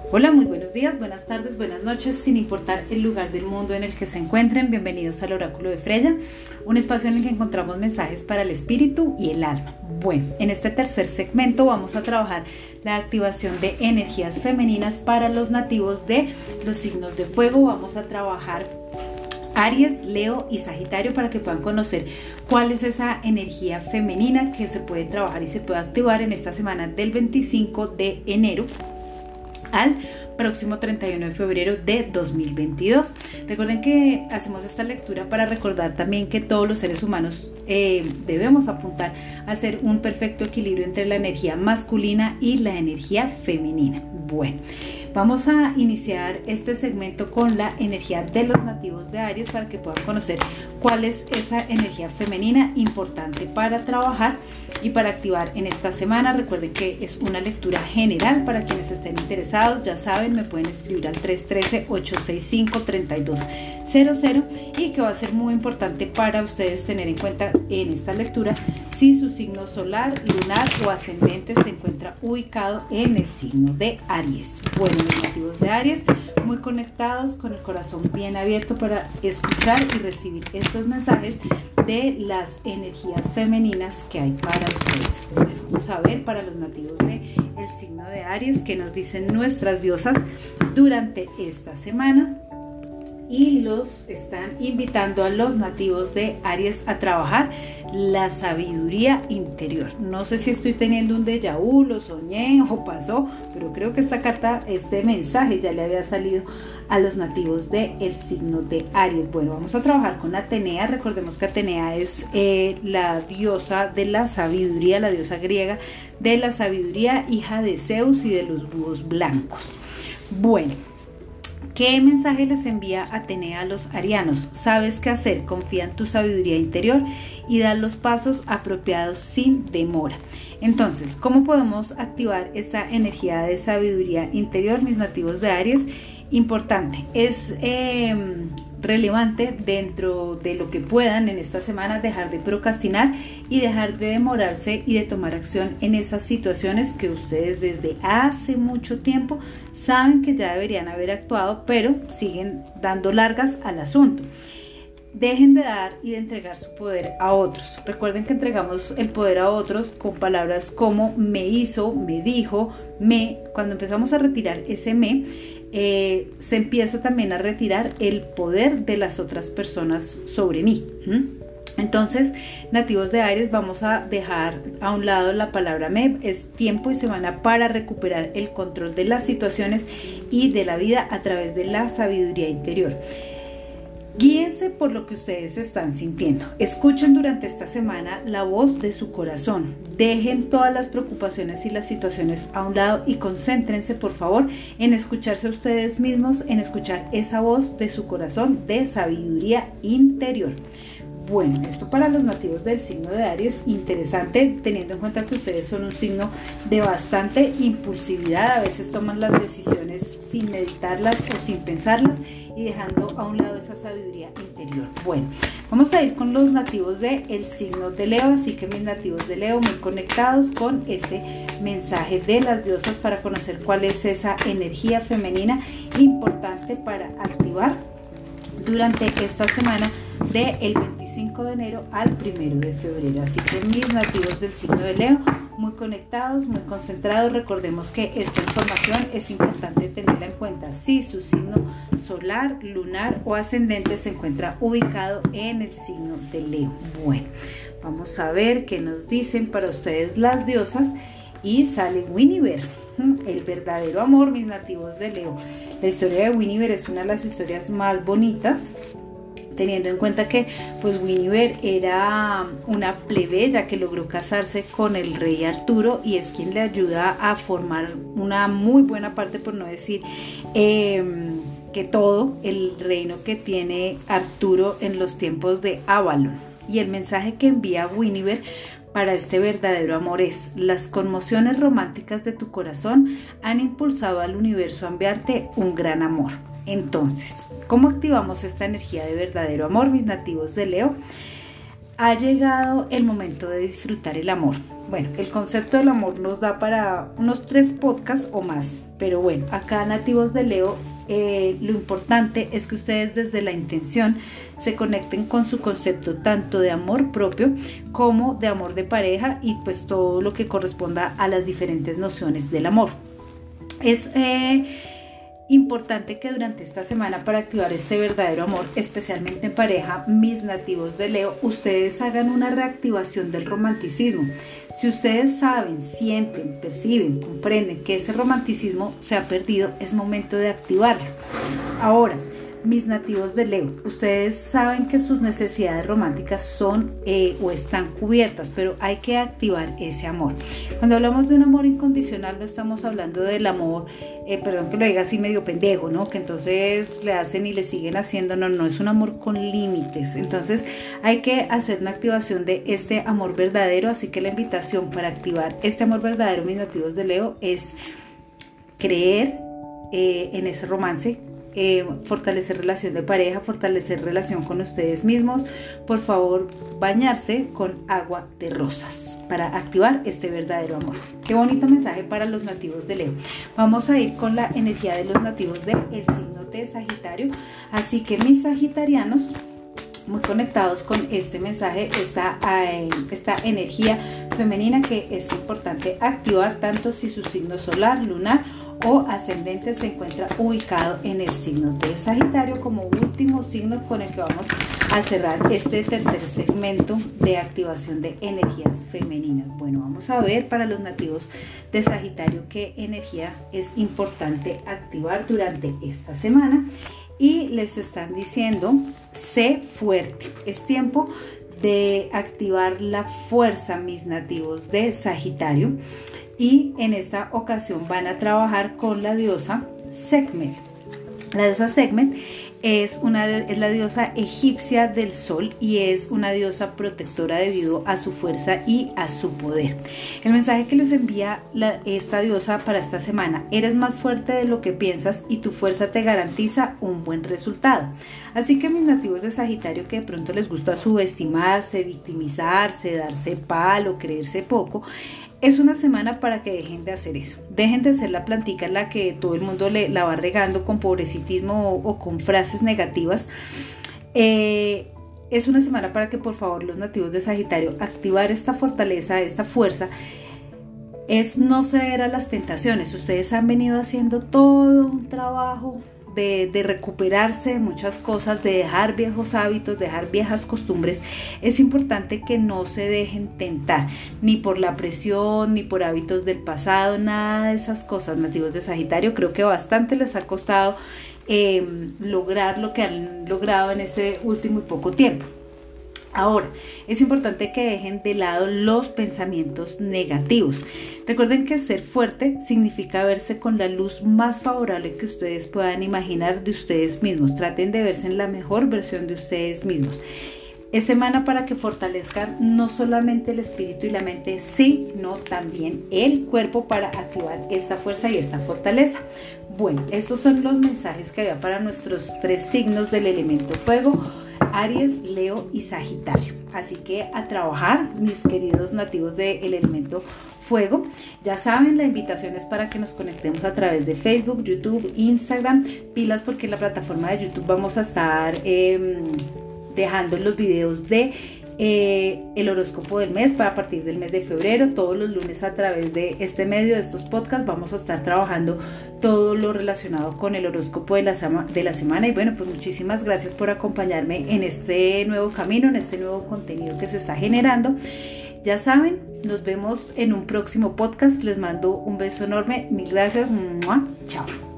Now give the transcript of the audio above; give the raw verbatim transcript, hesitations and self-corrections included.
Hola, muy buenos días, buenas tardes, buenas noches, sin importar el lugar del mundo en el que se encuentren. Bienvenidos al Oráculo de Freya, un espacio en el que encontramos mensajes para el espíritu y el alma. Bueno, en este tercer segmento vamos a trabajar la activación de energías femeninas para los nativos de los signos de fuego. Vamos a trabajar Aries, Leo y Sagitario para que puedan conocer cuál es esa energía femenina que se puede trabajar y se puede activar en esta semana del veinticinco de enero al próximo treinta y uno de febrero de dos mil veintidós. Recuerden que hacemos esta lectura para recordar también que todos los seres humanos eh, debemos apuntar a hacer un perfecto equilibrio entre la energía masculina y la energía femenina. Bueno, vamos a iniciar este segmento con la energía de los nativos de Aries para que puedan conocer cuál es esa energía femenina importante para trabajar y para activar en esta semana. Recuerden que es una lectura general para quienes estén interesados. Ya saben, me pueden escribir al tres uno tres, ocho seis cinco, tres dos cero cero y que va a ser muy importante para ustedes tener en cuenta en esta lectura si su signo solar, lunar o ascendente se encuentra ubicado en el signo de Aries. Bueno, los nativos de Aries muy conectados, con el corazón bien abierto para escuchar y recibir estos mensajes de las energías femeninas que hay para ustedes. Bueno, vamos a ver para los nativos del signo de Aries qué nos dicen nuestras diosas durante esta semana. Y los están invitando a los nativos de Aries a trabajar la sabiduría interior. No sé si estoy teniendo un déjà vu, lo soñé o pasó, pero creo que esta carta, este mensaje ya le había salido a los nativos del signo de Aries. Bueno, vamos a trabajar con Atenea. Recordemos que Atenea es eh, la diosa de la sabiduría, la diosa griega de la sabiduría, hija de Zeus y de los búhos blancos. Bueno, ¿qué mensaje les envía Atenea a los arianos? Sabes qué hacer, confía en tu sabiduría interior y da los pasos apropiados sin demora. Entonces, ¿cómo podemos activar esta energía de sabiduría interior, mis nativos de Aries? Importante, es eh, relevante dentro de lo que puedan en esta semana dejar de procrastinar y dejar de demorarse y de tomar acción en esas situaciones que ustedes desde hace mucho tiempo saben que ya deberían haber actuado, pero siguen dando largas al asunto. Dejen de dar y de entregar su poder a otros. Recuerden que entregamos el poder a otros con palabras como me hizo, me dijo, me. Cuando empezamos a retirar ese me, eh, se empieza también a retirar el poder de las otras personas sobre mí. ¿Mm? Entonces, nativos de Aries, vamos a dejar a un lado la palabra me. Es tiempo y semana para recuperar el control de las situaciones y de la vida a través de la sabiduría interior. Guíense por lo que ustedes están sintiendo. Escuchen durante esta semana la voz de su corazón. Dejen todas las preocupaciones y las situaciones a un lado y concéntrense, por favor, en escucharse a ustedes mismos, en escuchar esa voz de su corazón de sabiduría interior. Bueno, esto para los nativos del signo de Aries, interesante teniendo en cuenta que ustedes son un signo de bastante impulsividad, a veces toman las decisiones sin meditarlas o sin pensarlas y dejando a un lado esa sabiduría interior. Bueno, vamos a ir con los nativos del signo de Leo, así que mis nativos de Leo muy conectados con este mensaje de las diosas para conocer cuál es esa energía femenina importante para activar durante esta semana del veinticinco de enero al primero de febrero. Así que mis nativos del signo de Leo muy conectados, muy concentrados. Recordemos que esta información es importante tenerla en cuenta si su signo solar, lunar o ascendente se encuentra ubicado en el signo de Leo. Bueno, vamos a ver qué nos dicen para ustedes las diosas y sale Guinevere, el verdadero amor, mis nativos de Leo. La historia de Guinevere es una de las historias más bonitas, teniendo en cuenta que pues Guinevere era una plebeya que logró casarse con el rey Arturo y es quien le ayuda a formar una muy buena parte, por no decir eh, que todo el reino que tiene Arturo en los tiempos de Avalon. Y el mensaje que envía Guinevere para este verdadero amor es: las conmociones románticas de tu corazón han impulsado al universo a enviarte un gran amor. Entonces, ¿cómo activamos esta energía de verdadero amor, mis nativos de Leo? ha llegado el momento de disfrutar el amor. Bueno, el concepto del amor nos da para unos tres podcasts o más, pero bueno, acá nativos de Leo, eh, lo importante es que ustedes desde la intención se conecten con su concepto tanto de amor propio como de amor de pareja y pues todo lo que corresponda a las diferentes nociones del amor. Es eh, importante que durante esta semana, para activar este verdadero amor, especialmente en pareja, mis nativos de Leo, ustedes hagan una reactivación del romanticismo. Si ustedes saben, sienten, perciben, comprenden que ese romanticismo se ha perdido, es momento de activarlo. Ahora, mis nativos de Leo, ustedes saben que sus necesidades románticas son eh, o están cubiertas, pero hay que activar ese amor. Cuando hablamos de un amor incondicional, no estamos hablando del amor, eh, perdón que lo diga así medio pendejo, ¿no? Que entonces le hacen y le siguen haciendo, no, no, es un amor con límites. Entonces hay que hacer una activación de este amor verdadero, así que la invitación para activar este amor verdadero, mis nativos de Leo, es creer eh, en ese romance, Eh, fortalecer relación de pareja, fortalecer relación con ustedes mismos. Por favor, bañarse con agua de rosas para activar este verdadero amor. Qué bonito mensaje para los nativos de Leo. Vamos a ir con la energía de los nativos del signo de Sagitario. Así que mis sagitarianos, muy conectados con este mensaje, esta, eh, esta energía femenina que es importante activar, tanto si su signo solar, lunar o ascendente se encuentra ubicado en el signo de Sagitario, como último signo con el que vamos a cerrar este tercer segmento de activación de energías femeninas. Bueno, vamos a ver para los nativos de Sagitario qué energía es importante activar durante esta semana, y les están diciendo: sé fuerte. Es tiempo de activar la fuerza, mis nativos de Sagitario. Y en esta ocasión van a trabajar con la diosa Sekhmet. La diosa Sekhmet es, una, es la diosa egipcia del sol y es una diosa protectora debido a su fuerza y a su poder. El mensaje que les envía la, esta diosa para esta semana: eres más fuerte de lo que piensas y tu fuerza te garantiza un buen resultado. Así que mis nativos de Sagitario, que de pronto les gusta subestimarse, victimizarse, darse palo, creerse poco, es una semana para que dejen de hacer eso. Dejen de ser la plantica en la que todo el mundo le, la va regando con pobrecitismo o, o con frases negativas. Eh, es una semana para que por favor los nativos de Sagitario activar esta fortaleza, esta fuerza, es no ceder a las tentaciones. Ustedes han venido haciendo todo un trabajo De, de recuperarse de muchas cosas, de dejar viejos hábitos, dejar viejas costumbres. Es importante que no se dejen tentar, ni por la presión, ni por hábitos del pasado, nada de esas cosas, nativos de Sagitario. Creo que bastante les ha costado eh, lograr lo que han logrado en este último y poco tiempo. Ahora, es importante que dejen de lado los pensamientos negativos. Recuerden que ser fuerte significa verse con la luz más favorable que ustedes puedan imaginar de ustedes mismos. Traten de verse en la mejor versión de ustedes mismos. Es semana para que fortalezcan no solamente el espíritu y la mente, sino también el cuerpo para activar esta fuerza y esta fortaleza. Bueno, estos son los mensajes que había para nuestros tres signos del elemento fuego: Aries, Leo y Sagitario. Así que a trabajar, mis queridos nativos del elemento fuego. Ya saben, la invitación es para que nos conectemos a través de Facebook, YouTube, Instagram. Pilas, porque en la plataforma de YouTube vamos a estar eh, dejando los videos de eh, el horóscopo del mes para a partir del mes de febrero. Todos los lunes a través de este medio, de estos podcasts, vamos a estar trabajando todo lo relacionado con el horóscopo de la, de la semana. Y bueno, pues muchísimas gracias por acompañarme en este nuevo camino, en este nuevo contenido que se está generando. Ya saben, nos vemos en un próximo podcast. Les mando un beso enorme. Mil gracias. ¡Mua! Chao.